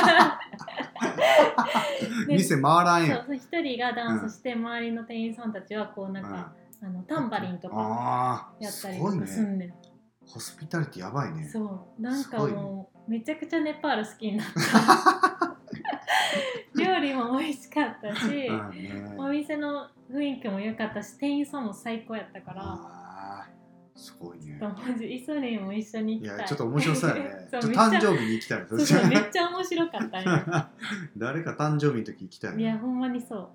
店回らんよ。 そう一人がダンスして、周りの店員さんたちはこうなんか、タンバリンとかやったりとかすんねん。 ホスピタリティやばいね。 そうなんかもうめちゃくちゃネパール好きになった料理も美味しかったし、お店の雰囲気も良かったし、店員さんも最高やったから、 すごいね。 イソリンも一緒に行きたい。 いやちょっと面白そうやね。誕生日に行きたい。 そうめっちゃ面白かったね。 誰か誕生日の時行きたいね。 いやほんまにそう。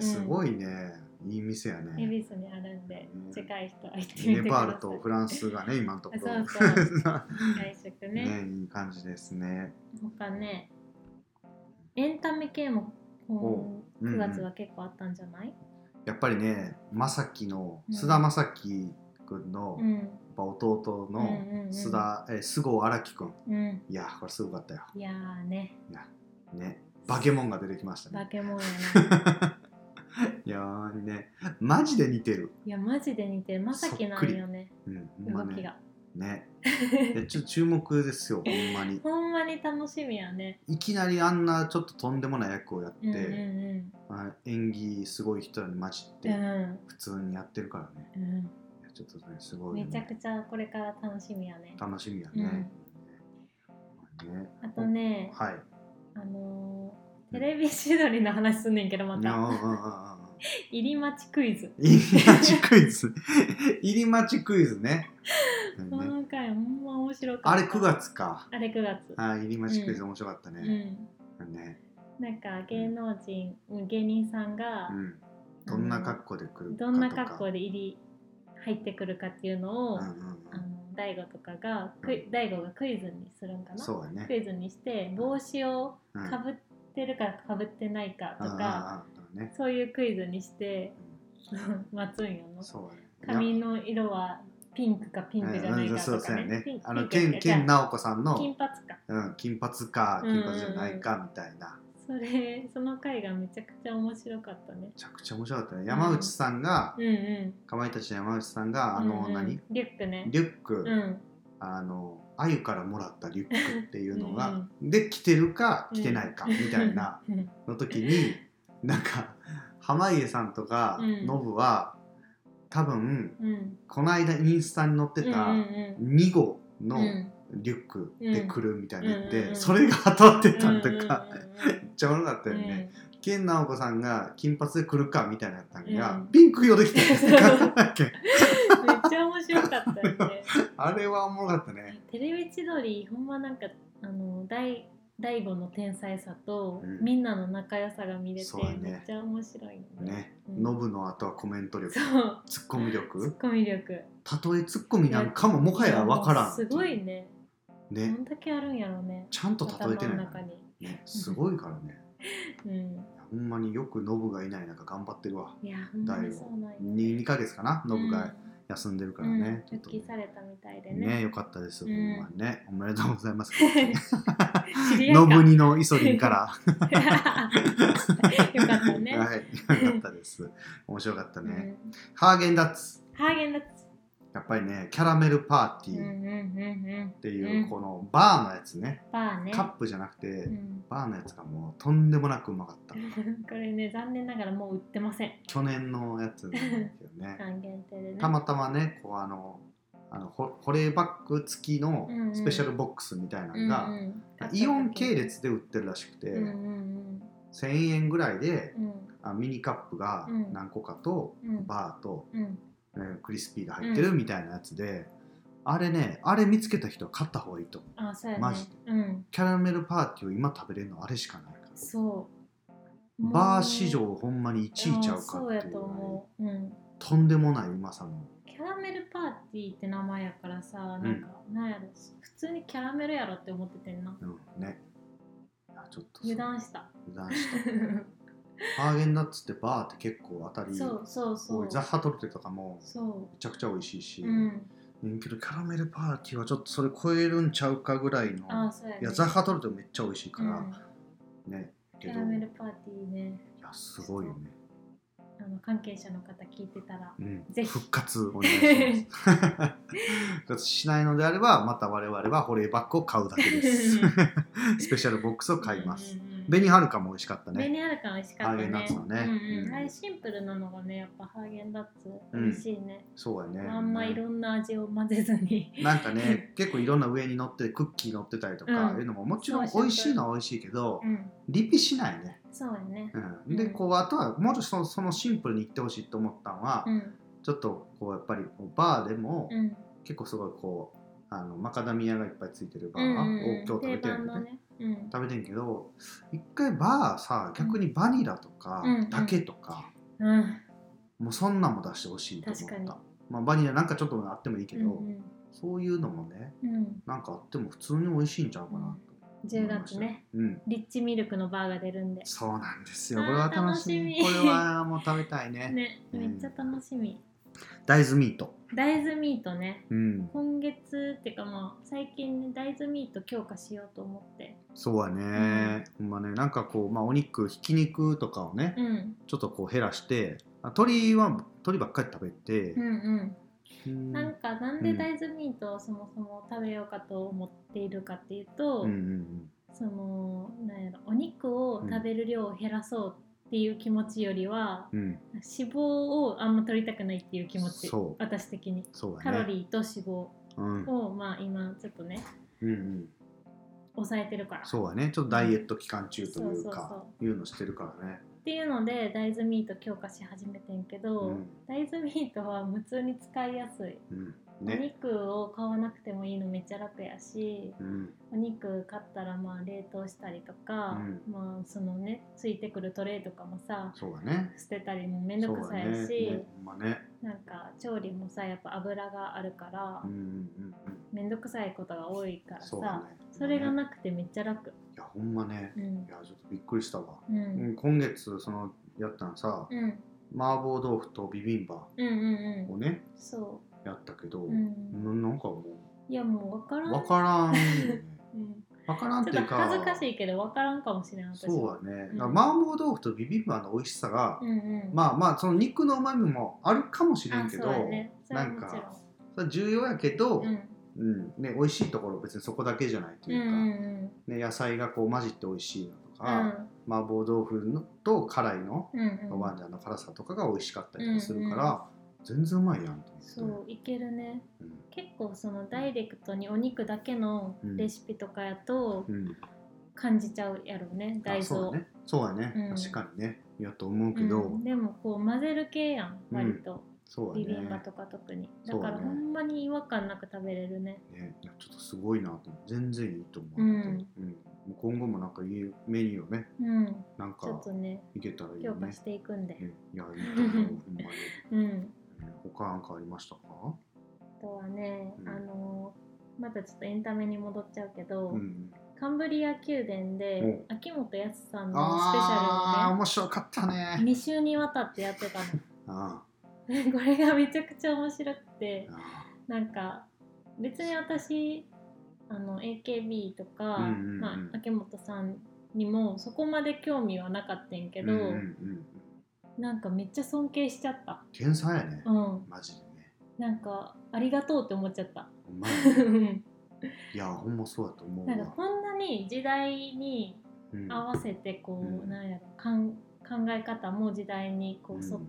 すごいね。いい店やね。 恵比寿にあるんで、近い人は行ってみてください。 ネパールとフランスがね今のところ。 そう外食ね。 いい感じですね。 他ね、エンタメ系も9月は結構あったんじゃない？ やっぱりね、菅田将暉君の弟の菅生荒木君、いやこれすごかったよ。いやねバケモンが出てきましたね。 バケモンやな。いやね、マジで似てる。 いやマジで似てる。将暉なんよね、動きがね。ちょっと注目ですよ、ほんまに。 ほんまに楽しみやね。 いきなりあんなちょっととんでもない役をやって、演技すごい人らに混じって普通にやってるからね。ちょっとねすごい。 めちゃくちゃこれから楽しみやね。 楽しみやね。 あとね、テレビ千鳥の話すんねんけどまた。入り待ちクイズ。 入り待ちクイズ。入り待ちクイズね。 今回ほんま面白かった。 あれ9月か。 あれ9月。 入り待ちクイズ面白かったね。 なんか芸人さんが、 どんな格好で来るかとか、 どんな格好で入ってくるかっていうのを、大悟とかが大悟がクイズにするんかな。 そうやね。 クイズにして帽子をかぶってるかかぶってないかとか、そういうクイズにして待つんよな。髪の色はピンクかピンクじゃないかとかね。 健直子さんの金髪か、 金髪か金髪じゃないかみたいな。 その回がめちゃくちゃ面白かったね。 めちゃくちゃ面白かったね。山内さんが、かまいたちの山内さんが何リュックね。 リュック、あゆからもらったリュックっていうのがで着てるか着てないかみたいなの時に、なんか濱家さんとかノブは多分この間インスタに載ってた2号のリュックで来るみたいな言って、それが当たってたんとかめっちゃおもろかったよね。健直子さんが金髪で来るかみたいなやったんが、ピンク色で来てるめっちゃ面白かったよね。 あれはおもろかったね。 テレビ千鳥ほんまなんか大悟の天才さと、みんなの仲良さが見れて、めっちゃ面白いね。ノブの後はコメント力、ツッコミ力、たとえツッコミなんかももはや分からん。 すごいね。どんだけあるんやろうね。 ちゃんと例えてないね。すごいからね。ほんまによくノブがいない中頑張ってるわ。 いやほんまにそうなんよ。 2ヶ月かな、ノブが休んでるからね。 復帰されたみたいでね。 よかったです。ほんまにね。おめでとうございます。ノブニのイソリンから。 よかったね。 はい、よかったです。面白かったね。ハーゲンダッツ。やっぱりね、キャラメルパーティーっていうこのバーのやつね。カップじゃなくてバーのやつがもうとんでもなくうまかった。これね、残念ながらもう売ってません。 去年のやつなんだけどね。たまたまね、こう保冷バッグ付きのスペシャルボックスみたいなのがイオン系列で売ってるらしくて、1000円ぐらいでミニカップが何個かとバーとクリスピーが入ってるみたいなやつで、あれね、あれ見つけた人は買った方がいいと思う。マジで。キャラメルパーティーを今食べれるのあれしかないから。バー史上ほんまに1位ちゃうかっていうぐらいとんでもないうまさの。 キャラメルパーティーって名前やからさ、なんかなんやろ、普通にキャラメルやろって思っててんな。 ね。ちょっと油断した。 ハーゲンダッツってバーって結構当たり、 そうザッハトルテとかもめちゃくちゃ美味しいし、けどキャラメルパーティーはちょっとそれ超えるんちゃうかぐらいの。いやザッハトルテめっちゃ美味しいからね。 キャラメルパーティーね。 いやすごいよね。 関係者の方聞いてたら、ぜひ復活お願いします。復活しないのであればまた我々は保冷バッグを買うだけです。スペシャルボックスを買います。紅はるかも美味しかったね。 紅はるか美味しかったね。 ハーゲンダッツはね。 あれシンプルなのがね、やっぱハーゲンダッツ美味しいね。 そうやね。 あんまいろんな味を混ぜずに。 なんかね、結構いろんな上に乗ってクッキー乗ってたりとかいうのももちろん美味しいのは美味しいけど、リピしないね。 そうやね。 でこうあとはもうちょっとそのシンプルにいってほしいと思ったのは、ちょっとこうやっぱりバーでも結構すごいこうマカダミアがいっぱいついてるバーを今日食べてるんでね。食べてんけど、一回バーさ逆にバニラとか竹とか、もうそんなんも出してほしいと思った。まあバニラなんかちょっとあってもいいけど、そういうのもね、なんかあっても普通に美味しいんちゃうかな。 10月ね、リッチミルクのバーが出るんで。 そうなんですよ。これは楽しみ。これはもう食べたいね。 めっちゃ楽しみ。 大豆ミート。 大豆ミートね。今月っていうかまあ最近ね、大豆ミート強化しようと思って。 そうやね。ほんまね、なんかこうお肉、ひき肉とかをね、ちょっとこう減らして、鶏ばっかり食べて。 なんで大豆ミートをそもそも食べようかと思っているかっていうと、そのなんやろ、お肉を食べる量を減らそうっていう気持ちよりは、脂肪をあんま取りたくないっていう気持ち、私的に、カロリーと脂肪を、まあ今ちょっとね、抑えてるから。 そうだね、ちょっとダイエット期間中というか、いうのしてるからね。 っていうので大豆ミート強化し始めてんけど、大豆ミートは普通に使いやすい、 お肉を買わなくてもいいのめっちゃ楽やし、お肉買ったらまあ冷凍したりとか、まあそのねついてくるトレイとかもさ、 そうだね、 捨てたりもめんどくさいし、なんか調理もさやっぱ油があるから、めんどくさいことが多いからさ、それがなくてめっちゃ楽。 いやほんまね、いやちょっとびっくりしたわ。今月そのやったのさ、麻婆豆腐とビビンバをね、やったけど、なんかもういやもう分からん分からん分からんっていうか、 ちょっと恥ずかしいけど分からんかもしれない。 そうだね、麻婆豆腐とビビンバの美味しさが、まあまあその肉の旨味もあるかもしれんけど、なんかそれ重要やけど、ね、美味しいところ別にそこだけじゃないというか、ね、野菜がこう混じって美味しいのとか、麻婆豆腐と辛いのおばあちゃんの辛さとかが美味しかったりとかするから、全然うまいやんと思って。 そういけるね、結構そのダイレクトにお肉だけのレシピとかやと感じちゃうやろね、大豆を。 そうやね、確かにねやと思うけど、 でもこう混ぜる系やん割と、ビビンバとか特にだからほんまに違和感なく食べれるね。 ちょっとすごいなと思って、全然いいと思う。今後もなんかいいメニューをね、なんかちょっとねいけたらいいね、 強化していくんで、 いやいいと思うほんまに。他なんかありましたか？ あとはね、またちょっとエンタメに戻っちゃうけど、カンブリア宮殿で秋元康さんのスペシャルをね、 面白かったね、 2週にわたってやってたの。これがめちゃくちゃ面白くて、なんか別に私AKB とか、秋元さんにもそこまで興味はなかったんやけど、なんかめっちゃ尊敬しちゃった。 天才やね、マジでね。 なんかありがとうって思っちゃった。 ほんまいやほんまそうだと思うわ。 なんかこんなに時代に合わせてこう、なんやろ考え方も時代にこう沿って、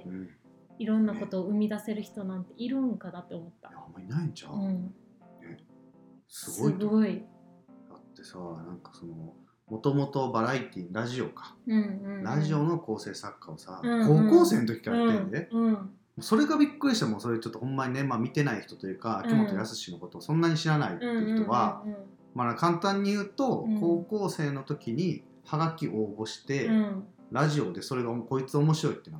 いろんなことを生み出せる人なんているんかなって思った。 いやあんまりいないんちゃう、すごい。 だってさ、なんかそのもともとバラエティーラジオか、ラジオの構成作家をさ、高校生の時からやってんで、それがびっくりして、もそれちょっとほんまにね、見てない人というか秋元康のことをそんなに知らないっていう人は、簡単に言うと、高校生の時にハガキ応募して、ラジオでそれがこいつ面白いってなって、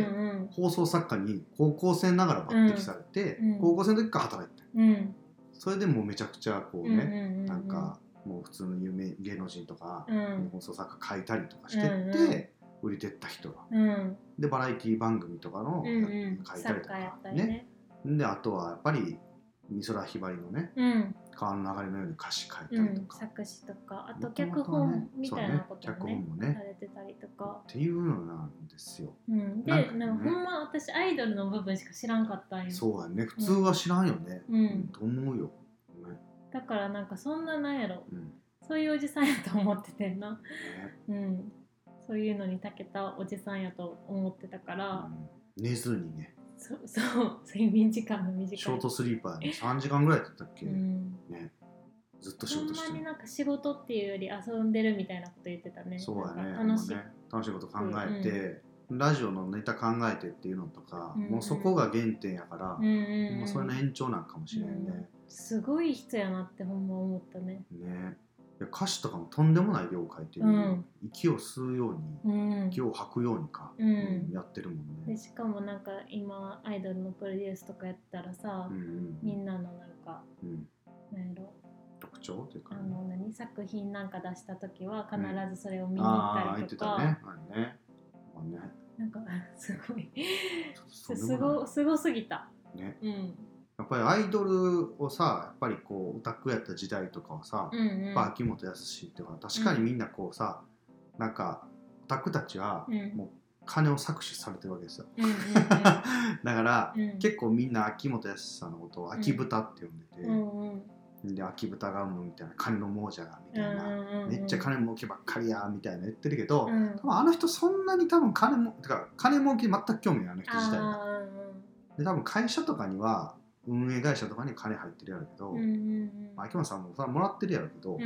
放送作家に高校生ながら抜擢されて、高校生の時から働いて、それでもうめちゃくちゃこうね、なんかもう普通の有名芸能人とか、放送作家書いたりとかしてって売れてった人が、でバラエティ番組とかの書いたりとかね、であとはやっぱり美空ひばりのね、川の流れのように歌詞書いたりとか、 作詞とか、あと脚本みたいなこともねされてたりとかっていうのなんですよ。 でなんかほんま私アイドルの部分しか知らんかったんよ。 そうやね、普通は知らんよね、と思うよ。 だからなんかそんななんやろ、そういうおじさんやと思っててんな、そういうのに長けたおじさんやと思ってたから、 寝ずにね、 そう睡眠時間の短いショートスリーパーに3時間ぐらいだったっけ、ね、ずっと仕事してる。 ほんまになんか仕事っていうより遊んでるみたいなこと言ってたね。 そうやね、楽しいこと考えて、ラジオのネタ考えてっていうのとか、もうそこが原点やから、もうそれの延長なんかもしれんね。 すごい人やなってほんま思ったね。 歌詞とかもとんでもない量書いてる、息を吸うように、息を吐くようにか、やってるもんね。 でしかもなんか今アイドルのプロデュースとかやったらさ、みんなのなんか、なんやろ特徴というか、 作品なんか出した時は必ずそれを見に行ったりとか、なんかすごいすごすぎたね。 やっぱりアイドルをさ、やっぱりこうオタクやった時代とかはさ、やっぱ秋元康っていうのは確かにみんなこうさ、なんかオタクたちはもう金を搾取されてるわけですよ。だから、結構みんな秋元康さんのことを秋豚って呼んでて、で秋豚が生むみたいな、金の亡者がみたいな、めっちゃ金儲けばっかりやみたいな言ってるけど、多分あの人そんなに多分金儲け全く興味ない、あの人自体が。で多分会社とかには運営会社とかに金入ってるやろうけど、秋元さんももらってるやろうけど、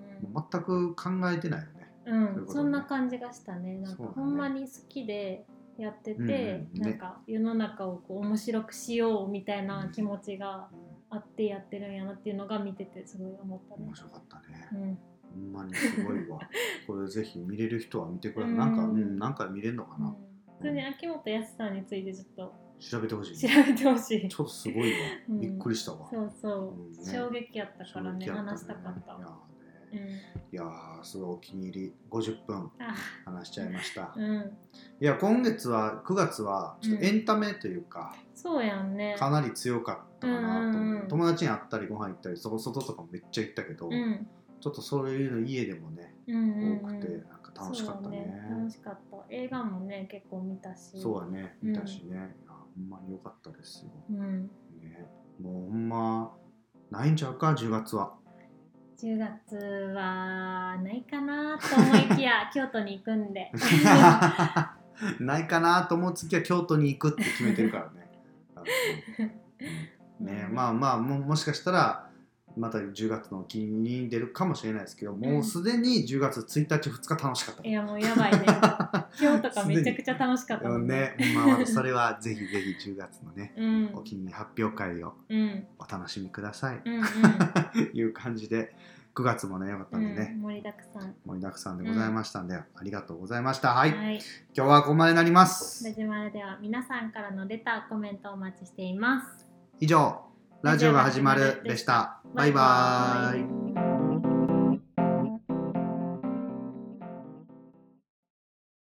全く考えてないよね。 そんな感じがしたね。なんかほんまに好きでやってて、なんか世の中をこう面白くしようみたいな気持ちがあってやってるんやなっていうのが見ててすごい思ったね。 面白かったね。ほんまにすごいわ。これぜひ見れる人は見てください。なんか見れるのかな。 普通に秋元康さんについてちょっと調べてほしい。 調べてほしい。 ちょっとすごいわ。びっくりしたわ。 そうそう。衝撃やったからね、話したかった。 いやー、すごいお気に入り。50分話しちゃいました。いや、今月は9月はちょっとエンタメというか、 そうやんね。 かなり強かったかなと思う。友達に会ったりご飯行ったり、外とかもめっちゃ行ったけど、ちょっとそういうの家でもね、多くてなんか楽しかったね。 楽しかった。映画もね結構見たし。 そうだね、見たしね。ほんまに良かったですよ。ね、もうほんまないんちゃうか、10月は。 10月はないかなと思いきや京都に行くんで。 ないかなと思う次は京都に行くって決めてるからね。ね、まあもしかしたらまた10月の気に出るかもしれないですけど、もうすでに10月1日2日楽しかった。 いやもうやばいね。今日とかめちゃくちゃ楽しかったもんね。 それはぜひぜひ10月のね、お気に入り発表会をお楽しみください。いう感じで9月もね良かったんでね、 盛りだくさんでございましたんで、ありがとうございました。はい、今日はここまでになります。 ラジマルでは皆さんからのレターコメントをお待ちしています。 以上、ラジオが始まるでした。バイバーイ。